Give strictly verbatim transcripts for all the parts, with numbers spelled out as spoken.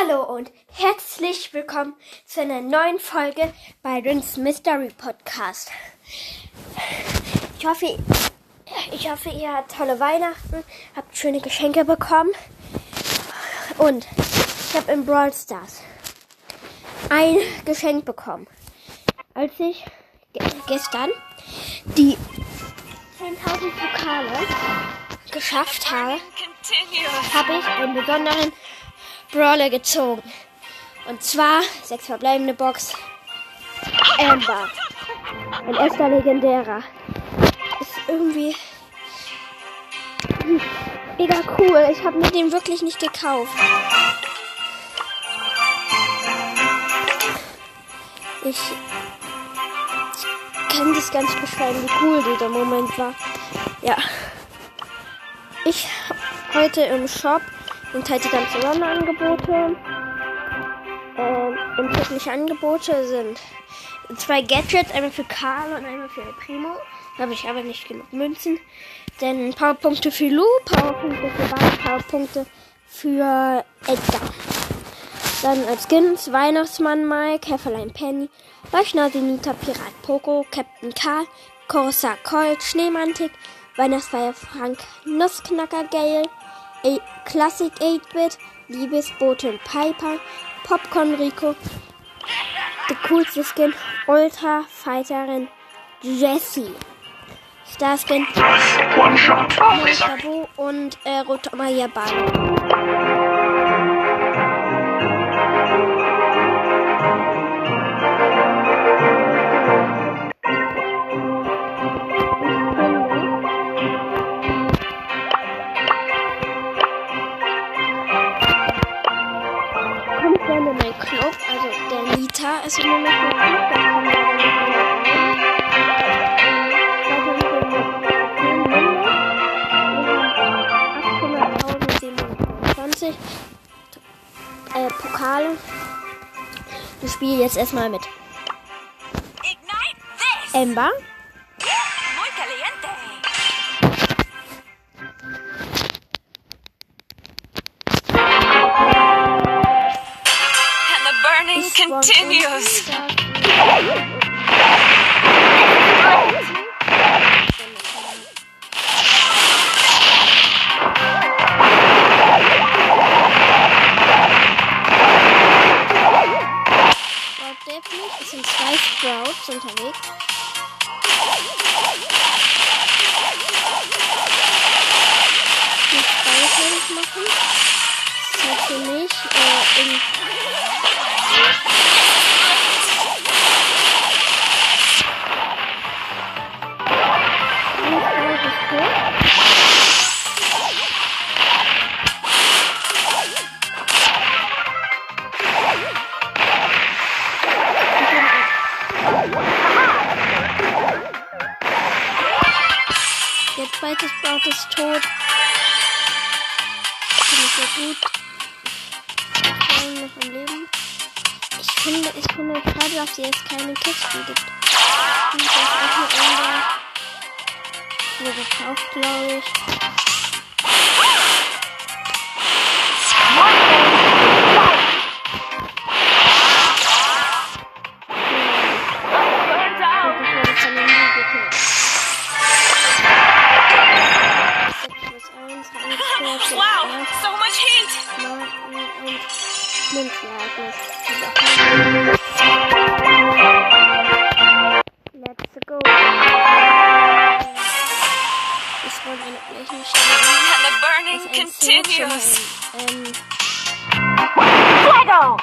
Hallo und herzlich willkommen zu einer neuen Folge bei Rins Mystery Podcast. Ich hoffe, ich hoffe, ihr habt tolle Weihnachten, habt schöne Geschenke bekommen. Und ich habe in Brawl Stars ein Geschenk bekommen. Als ich ge- gestern die zehntausend Pokale geschafft habe, habe ich einen besonderen Brawler gezogen. Und zwar sechs verbleibende Box Amber. Ein erster legendärer. Ist irgendwie mega cool. Ich habe mir den wirklich nicht gekauft. Ich kann das gar nicht beschreiben, wie cool dieser Moment war. Ja. Ich heute im Shop sind halt die ganzen Sonderangebote. Ähm, empfindliche Angebote sind zwei Gadgets, einmal für Karl und einmal für El Primo. Da habe ich aber nicht genug Münzen. Dann Powerpunkte für Lu, Powerpunkte für Barley, Powerpunkte für Edgar. Dann als Skins Weihnachtsmann Mike, Hefferlein Penny, Leuchtnase Nita, Pirat Poco, Captain Karl, Corsa Colt, Schneemantik, Weihnachtsfeier Frank, Nussknacker Gale, A- Classic acht-Bit, Liebesbotin Piper, Popcorn Rico, der coolste Skin, Ultra Fighterin Jessie, Starskin, Tabu und äh, Rote Maya Ball. Kommt gerne in meinen Club, also der Nita ist im Moment noch gut, da kommen wir dann achthunderttausendsiebenhundertfünfundzwanzig äh, Pokale. Ich spiele jetzt erstmal mit Amber. Continues. Es sind zwei Sprouts unterwegs. Die Sprouts will ich machen. Das hat für mich äh, in Der zweite Sprout ist tot. Finde ich sehr gut. Ich bin noch am Leben. Ich finde, ich finde es schade, dass hier jetzt keine Kisten gibt. Und das ist auch nur irgendwer. Wurde gekauft, glaube ich. Wow, so much heat! Let's go. Ich wollte eine Flächenstelle. And the burning continues. Ähm, Lego!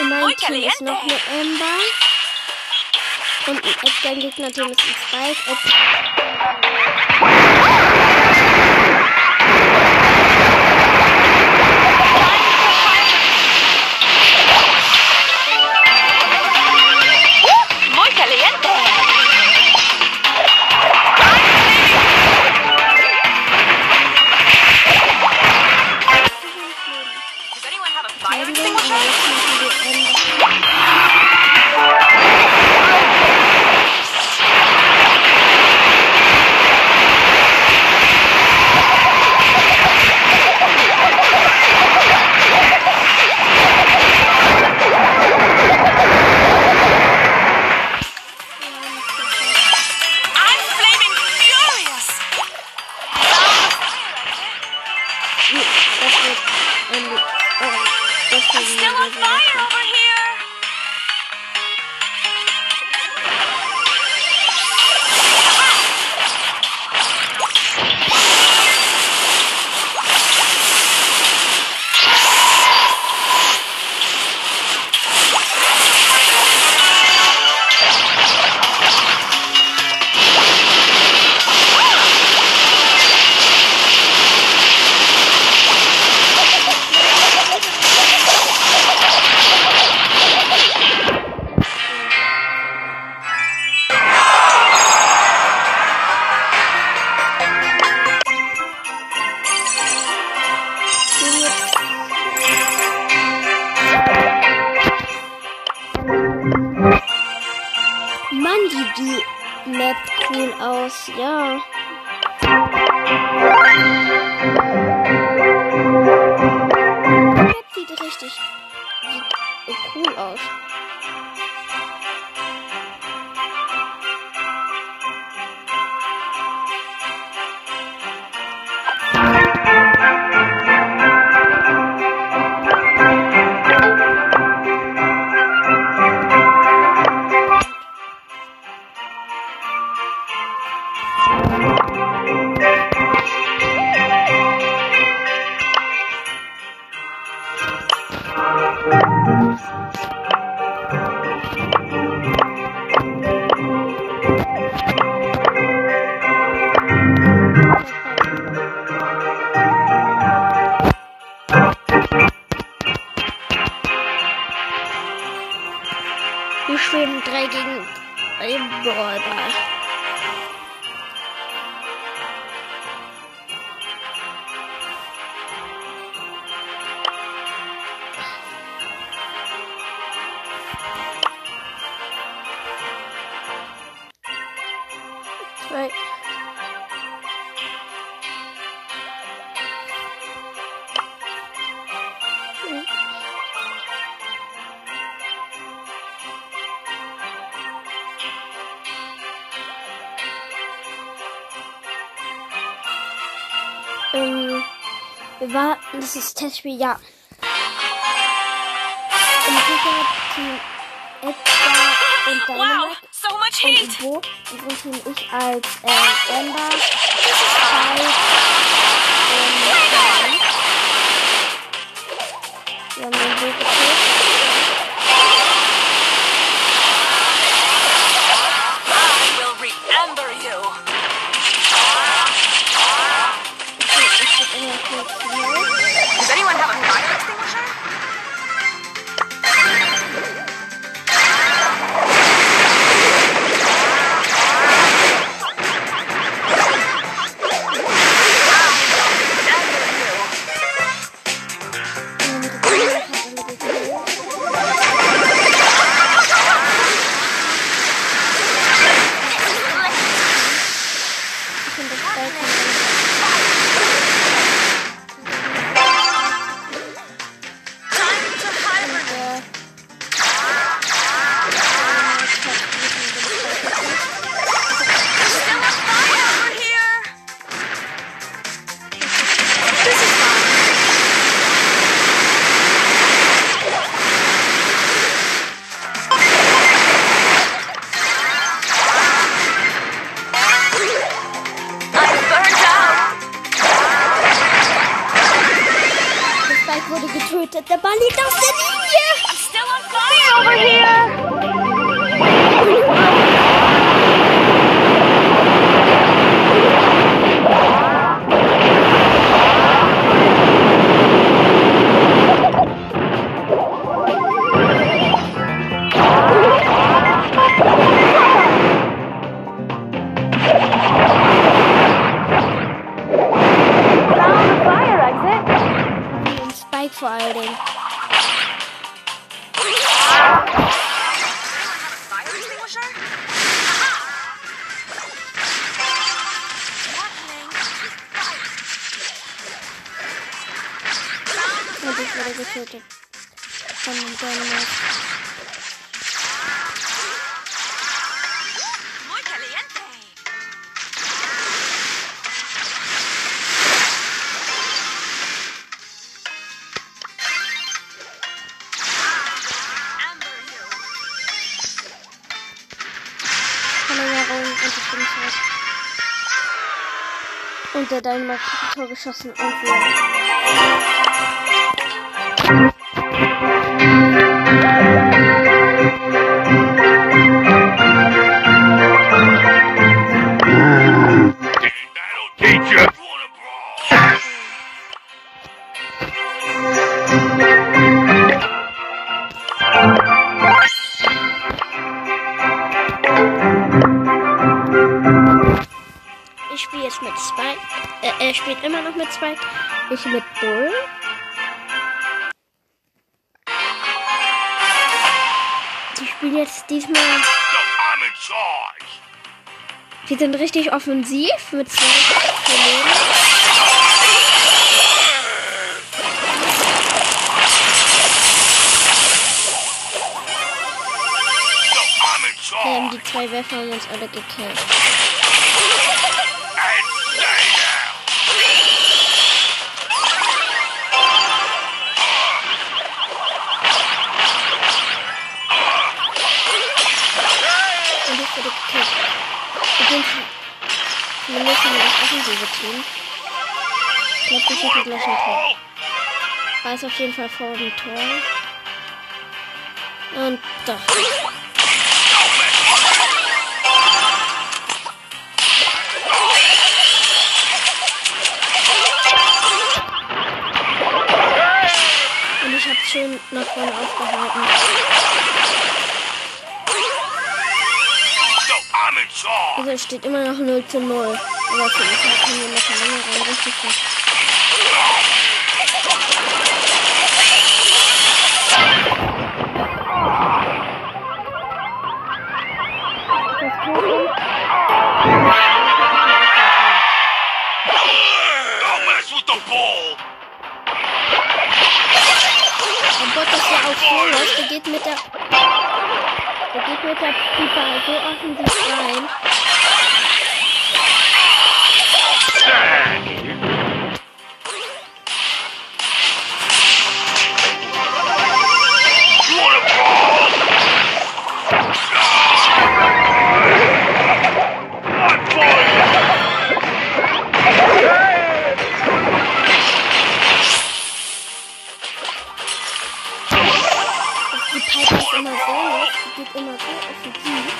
mein Muy Team ist noch caliente. eine Amber. Und ein Edgar Gegner-Team ist ein Spike. Edgar Muy caliente. Does anyone have a fire Verteidigung. Und extinguisher? jetzt müssen wir Amber. I'm flaming furious. Das wird ähm, äh, das I'm wird still on fire over here. Mann, sieht die Map cool aus, ja. Die Map sieht richtig sieht cool aus. Wir schweben drei gegen einen Brawlball. Zwei. Hm. Ähm, wir warten, das ist Testspiel, ja. Im Team Edgar und Wow, Dynamite so much und heat. im Bo. Und Team ich als ähm, Amber, Spike und Dynamite. Wir haben den Bo gekillt. I will remember you. Okay, es wird immer kurz schnell. Does anyone have a fire extinguisher? Ähm, die Dynamite hat alle gekillt. getötet. Von dem Dynamite. Verlängerung und ich bin tot. Und der Dynamite hat ein Tor geschossen und wir. Ich spiele jetzt mit zwei. Äh, er spielt immer noch mit zwei. Ich mit Bull. Ich spiele jetzt diesmal. Wir sind richtig offensiv mit zwei Leben. Ähm, die zwei Werfer haben uns alle gekillt. Und ich wurde gekillt. Wir sind zumindest in das offensive Team. Ich glaube, wir schießen gleich ein Tor. War es auf jeden Fall vor dem Tor. Und doch. Und ich habe schön nach vorne aufgehalten. Also es steht immer noch null zu null. Aber auf jeden Fall können wir in der Verlängerung richtig gut. Das Tor. Oh Gott, das war auch cool. Der geht mit der... Der geht mit der Pipa so offensiv rein. Die Piper ist immer so, die geht immer so offensiv.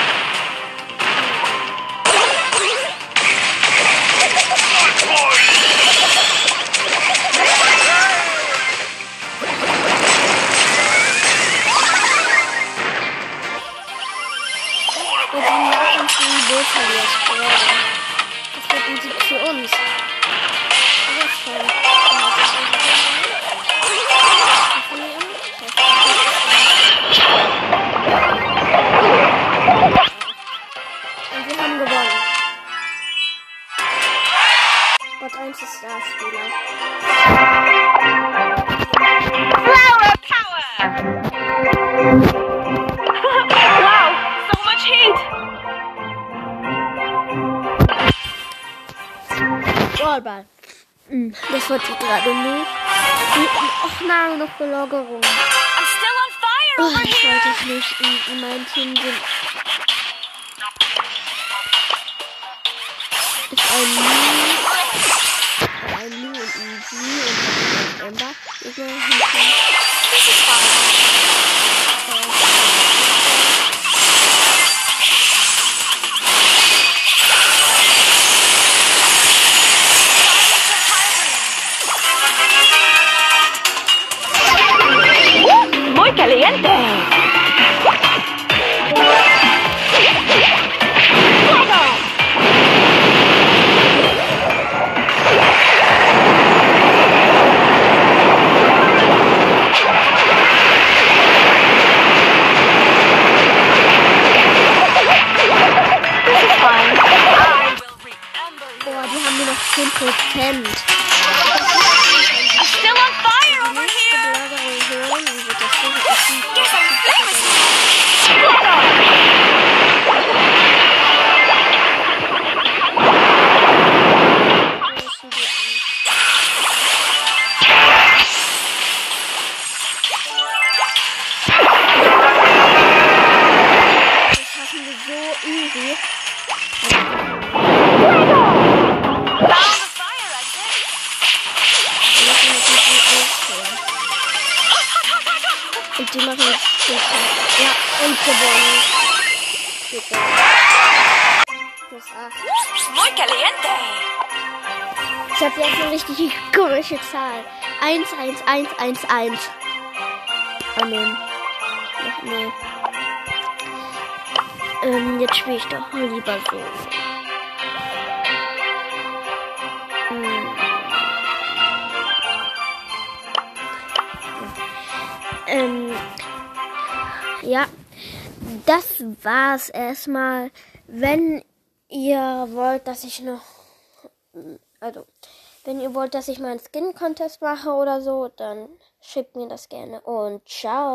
Und dann nach uns die Bull verliert. Das wird ein Sieg für uns. Das ist toll. Und wir haben gewonnen. Gott eins ist Starspieler. Flower power! Wow, so much heat! Ballball. Das wollte ich gerade nicht. Och nein, noch Belagerung. I'm still on fire Oh, over das here! wollte ich nicht. In, in meinem Team sind ist ein Lu, ein Lu und ein G und ein Ember. Ist noch ein Team. This is fun. Muy caliente! Boah, die haben nur noch zehn Prozent. I'm still on fire over here! Ja, und gewonnen. Super. Plus acht. Muy caliente. Ich habe jetzt eine richtig komische Zahl. eins, eins, eins, eins, eins. Oh nee. Ach nee. Ähm, jetzt spiele ich doch mal lieber so. Hm. Ähm, ja, das war's erstmal. Wenn ihr wollt, dass ich noch, also, wenn ihr wollt, dass ich mal einen Skin-Contest mache oder so, dann schickt mir das gerne und ciao.